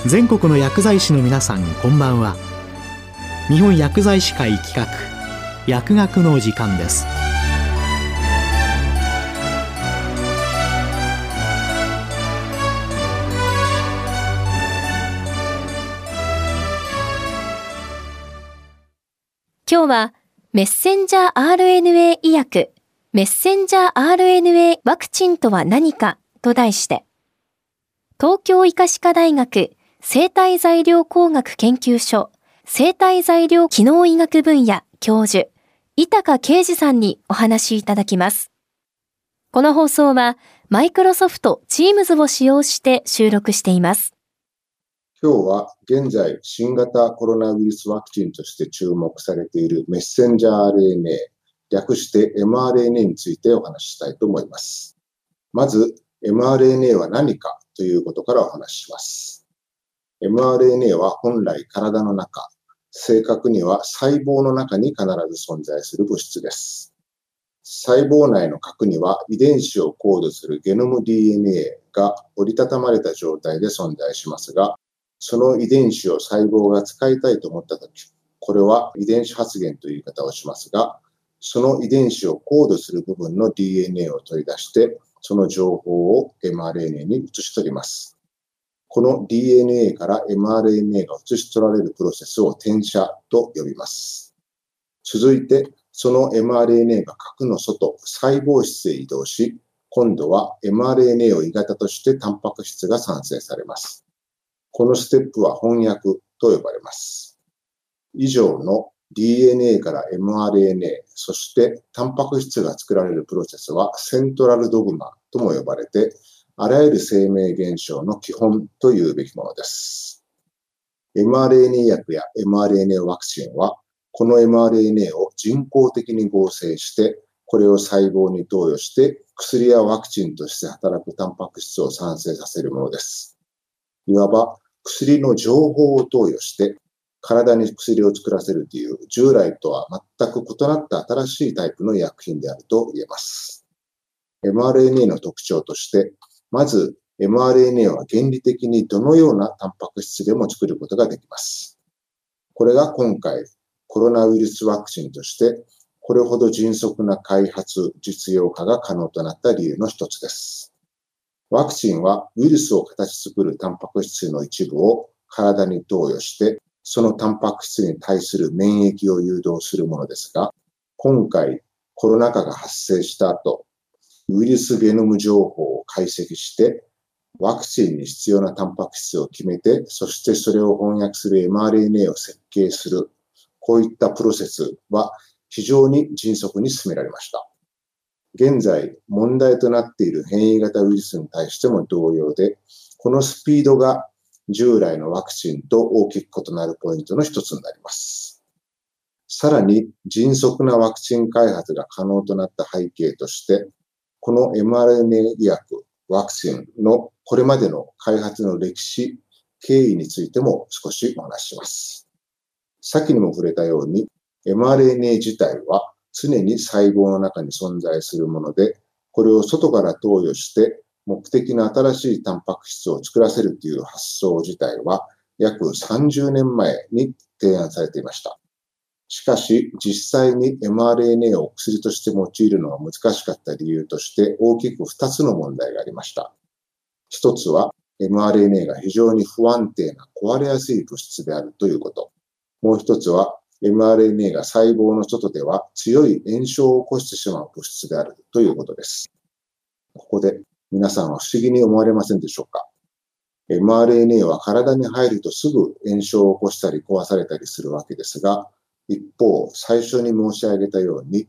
全国の薬剤師の皆さん、こんばんは。日本薬剤師会企画、薬学の時間です。 今日はメッセンジャー RNA 医薬、メッセンジャー RNA ワクチンとは何かと題して、東京医科歯科大学生体材料工学研究所生体材料機能医学分野教授、井高啓二さんにお話しいただきます。この放送はマイクロソフト Teams を使用して収録しています。 今日は現在新型コロナウイルスワクチンとして注目されているメッセンジャー RNA、略して mRNA についてお話ししたいと思います。まず mRNA は何かということからお話しします。mRNA は本来体の中、正確には細胞の中に必ず存在する物質です。細胞内の核には遺伝子をコードするゲノム DNA が折りたたまれた状態で存在しますが、その遺伝子を細胞が使いたいと思ったとき、これは遺伝子発現という言い方をしますが、その遺伝子をコードする部分の DNA を取り出して、その情報を mRNA に移し取ります。この DNA から mRNA が移し取られるプロセスを転写と呼びます。続いて、その mRNA が核の外、細胞質へ移動し、今度は mRNA を鋳型としてタンパク質が産生されます。このステップは翻訳と呼ばれます。以上の DNA から mRNA、そしてタンパク質が作られるプロセスはセントラルドグマとも呼ばれて、あらゆる生命現象の基本というべきものです。mRNA 薬や mRNA ワクチンは、この mRNA を人工的に合成して、これを細胞に投与して、薬やワクチンとして働くタンパク質を産生させるものです。いわば薬の情報を投与して体に薬を作らせるという従来とは全く異なった新しいタイプの医薬品であると言えます。mRNA の特徴として、まず mRNA は原理的にどのようなタンパク質でも作ることができます。これが今回コロナウイルスワクチンとしてこれほど迅速な開発、実用化が可能となった理由の一つです。ワクチンはウイルスを形作るタンパク質の一部を体に投与して、そのタンパク質に対する免疫を誘導するものですが、今回コロナ禍が発生した後、ウイルスゲノム情報を解析して、ワクチンに必要なタンパク質を決めて、そしてそれを翻訳する mRNA を設計する、こういったプロセスは非常に迅速に進められました。現在問題となっている変異型ウイルスに対しても同様で、このスピードが従来のワクチンと大きく異なるポイントの一つになります。さらに迅速なワクチン開発が可能となった背景として、この mRNA 医薬、ワクチンのこれまでの開発の歴史、経緯についても少しお話しします。先にも触れたように、mRNA 自体は常に細胞の中に存在するもので、これを外から投与して目的の新しいタンパク質を作らせるという発想自体は約30年前に提案されていました。しかし実際に mRNA を薬として用いるのが難しかった理由として大きく2つの問題がありました。一つは mRNA が非常に不安定な壊れやすい物質であるということ。もう一つはmRNA が細胞の外では強い炎症を起こしてしまう物質であるということです。ここで皆さんは不思議に思われませんでしょうか。mRNA は体に入るとすぐ炎症を起こしたり壊されたりするわけですが、一方、最初に申し上げたように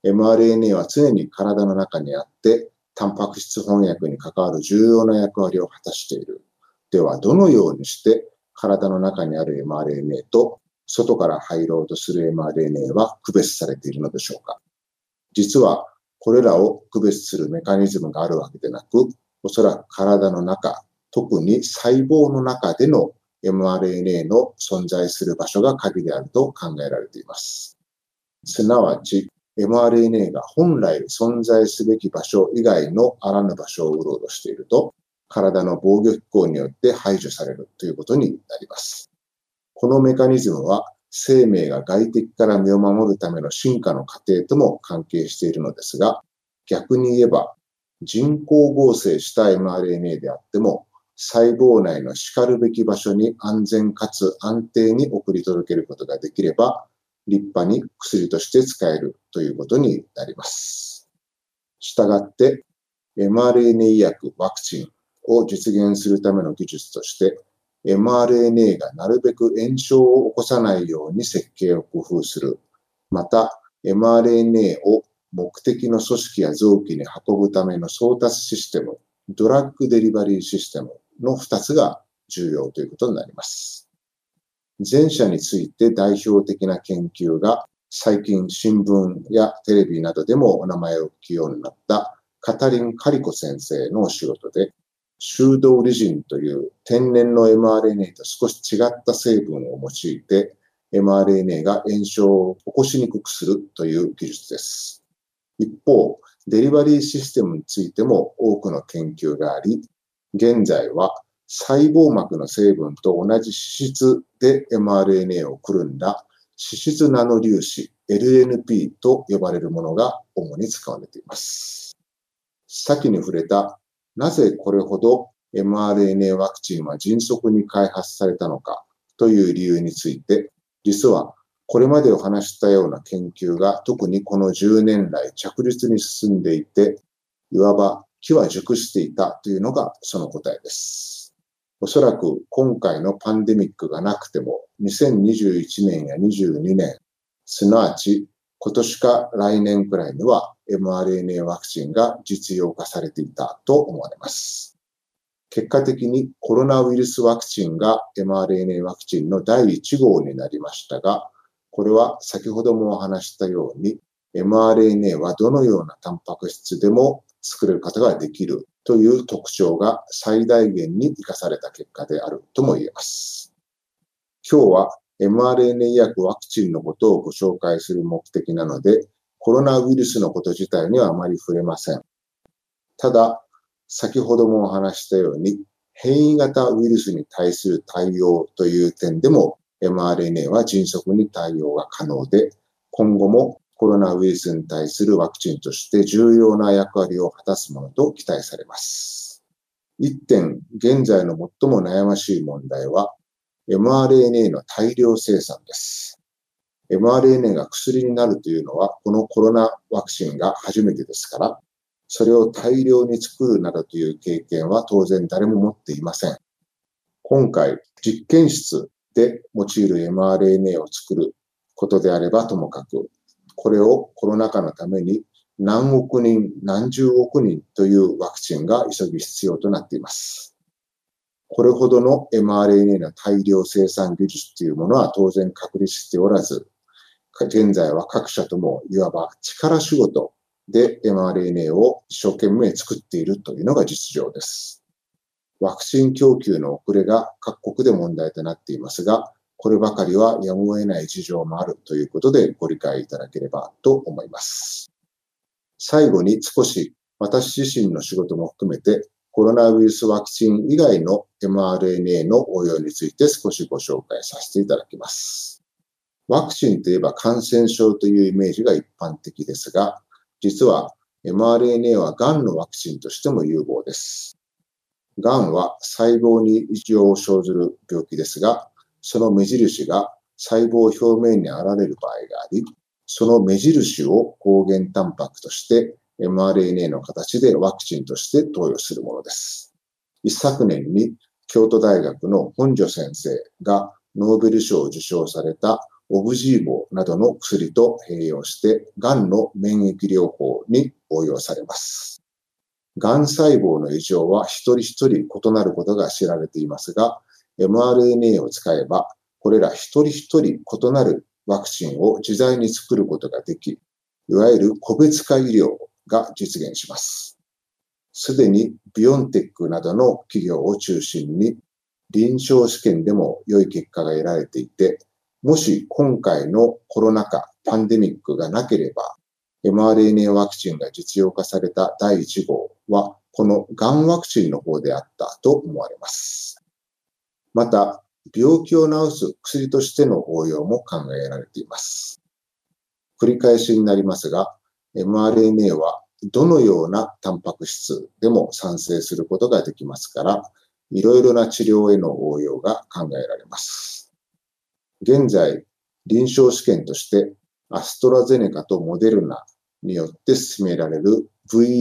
mRNA は常に体の中にあってタンパク質翻訳に関わる重要な役割を果たしている。では、どのようにして体の中にある mRNA と外から入ろうとする mRNA は区別されているのでしょうか。実はこれらを区別するメカニズムがあるわけでなく、おそらく体の中、特に細胞の中での mRNA の存在する場所が鍵であると考えられています。すなわち mRNA が本来存在すべき場所以外のあらぬ場所をうろうろしていると、 体の防御機構によって排除されるということになります。このメカニズムは生命が外敵から身を守るための進化の過程とも関係しているのですが、逆に言えば人工合成した mRNA であっても、細胞内のしかるべき場所に安全かつ安定に送り届けることができれば、立派に薬として使えるということになります。したがって、mRNA 医薬、ワクチンを実現するための技術として、mRNA がなるべく炎症を起こさないように設計を工夫する。また、mRNA を目的の組織や臓器に運ぶための送達システム、ドラッグデリバリーシステムの2つが重要ということになります。前者について代表的な研究が最近新聞やテレビなどでもお名前を聞くようになったカタリン・カリコ先生のお仕事で、修道リジンという天然の mRNA と少し違った成分を用いて mRNA が炎症を起こしにくくするという技術です。一方、デリバリーシステムについても多くの研究があり、現在は細胞膜の成分と同じ脂質で mRNA をくるんだ脂質ナノ粒子 LNP と呼ばれるものが主に使われています。先に触れた、なぜこれほど mRNA ワクチンは迅速に開発されたのかという理由について、実はこれまでお話したような研究が特にこの10年来着実に進んでいて、いわば機は熟していたというのがその答えです。おそらく今回のパンデミックがなくても2021年や22年、すなわち今年か来年くらいには mRNA ワクチンが実用化されていたと思われます。結果的にコロナウイルスワクチンが mRNA ワクチンの第1号になりましたが、これは先ほどもお話したように mRNA はどのようなタンパク質でも作れることができるという特徴が最大限に生かされた結果であるとも言えます。今日は mRNA 医薬ワクチンのことをご紹介する目的なので、コロナウイルスのこと自体にはあまり触れません。ただ、先ほどもお話したように、変異型ウイルスに対する対応という点でも mRNA は迅速に対応が可能で、今後もコロナウイルスに対するワクチンとして重要な役割を果たすものと期待されます。一点、現在の最も悩ましい問題は、mRNA の大量生産です。mRNA が薬になるというのは、このコロナワクチンが初めてですから、それを大量に作るなどという経験は当然誰も持っていません。今回、実験室で用いる mRNA を作ることであればともかく、これをコロナ禍のために何億人、何十億人というワクチンが急ぎ必要となっています。これほどの mRNA の大量生産技術というものは当然確立しておらず、現在は各社ともいわば力仕事で mRNA を一生懸命作っているというのが実情です。ワクチン供給の遅れが各国で問題となっていますが、こればかりはやむを得ない事情もあるということでご理解いただければと思います。最後に少し私自身の仕事も含めてコロナウイルスワクチン以外の mRNA の応用について少しご紹介させていただきます。ワクチンといえば感染症というイメージが一般的ですが、実は mRNA はがんのワクチンとしても有望です。がんは細胞に異常を生ずる病気ですが、その目印が細胞表面に現れる場合があり、その目印を抗原タンパクとして mRNA の形でワクチンとして投与するものです。一昨年に京都大学の本庶先生がノーベル賞を受賞されたオブジーボなどの薬と併用して、がんの免疫療法に応用されます。がん細胞の異常は一人一人異なることが知られていますが、mRNA を使えば、これら一人一人異なるワクチンを自在に作ることができ、いわゆる個別化医療が実現します。すでにビオンテックなどの企業を中心に臨床試験でも良い結果が得られていて、もし今回のコロナ禍、パンデミックがなければ、mRNA ワクチンが実用化された第1号、 は、このがんワクチンの方であったと思われます。また、病気を治す薬としての応用も考えられています。繰り返しになりますが、mRNA はどのようなタンパク質でも産生することができますから、いろいろな治療への応用が考えられます。現在、臨床試験としてアストラゼネカとモデルナによって進められる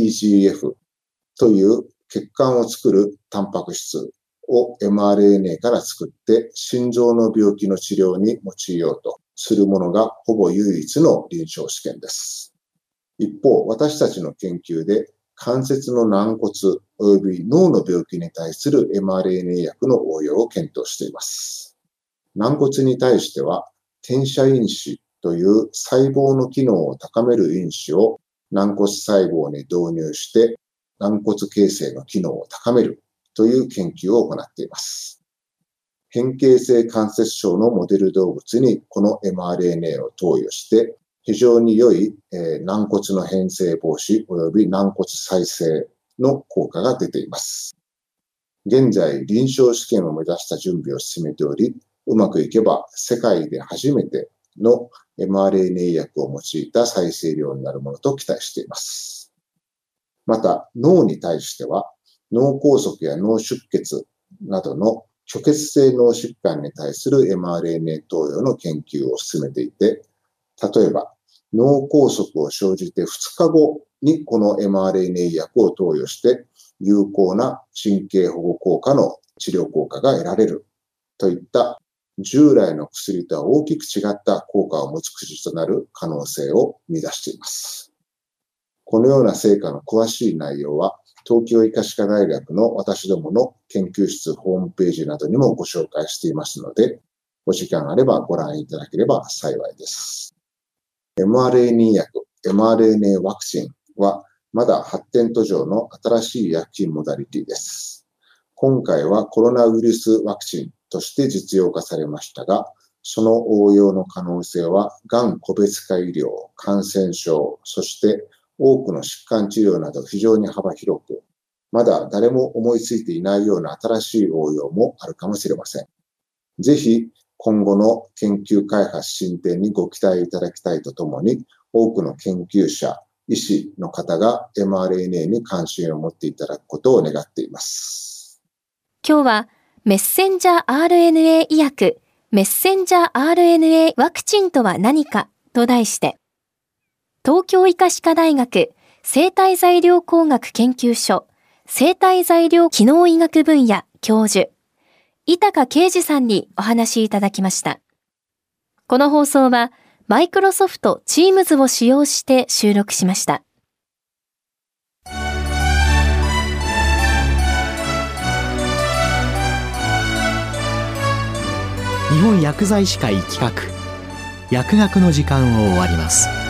VEGF という血管を作るタンパク質を mRNA から作って心臓の病気の治療に用いようとするものがほぼ唯一の臨床試験です。一方、私たちの研究で関節の軟骨及び脳の病気に対する mRNA 薬の応用を検討しています。軟骨に対しては、転写因子という細胞の機能を高める因子を軟骨細胞に導入して軟骨形成の機能を高めるという研究を行っています。変形性関節症のモデル動物にこの mRNA を投与して非常に良い軟骨の変性防止及び軟骨再生の効果が出ています。現在、臨床試験を目指した準備を進めており、うまくいけば世界で初めての mRNA 薬を用いた再生量になるものと期待しています。また、脳に対しては、脳梗塞や脳出血などの虚血性脳疾患に対する mRNA 投与の研究を進めていて、例えば、脳梗塞を生じて2日後にこの mRNA 薬を投与して有効な神経保護効果の治療効果が得られるといった従来の薬とは大きく違った効果を持つ薬となる可能性を見出しています。このような成果の詳しい内容は東京医科歯科大学の私どもの研究室ホームページなどにもご紹介していますので、お時間あればご覧いただければ幸いです。mRNA 薬、mRNA ワクチンはまだ発展途上の新しい薬品モダリティです。今回はコロナウイルスワクチンとして実用化されましたが、その応用の可能性は、がん個別化医療、感染症、そして多くの疾患治療など非常に幅広く、まだ誰も思いついていないような新しい応用もあるかもしれません。ぜひ、今後の研究開発進展にご期待いただきたいとともに、多くの研究者、医師の方が mRNA に関心を持っていただくことを願っています。 今日はメッセンジャー RNA 医薬、メッセンジャー RNA ワクチンとは何かと題して、東京医科歯科大学生体材料工学研究所生体材料機能医学分野教授、井高啓二さんにお話いただきました。この放送はマイクロソフト Teams を使用して収録しました。 日本薬剤師会企画、薬学の時間を終わります。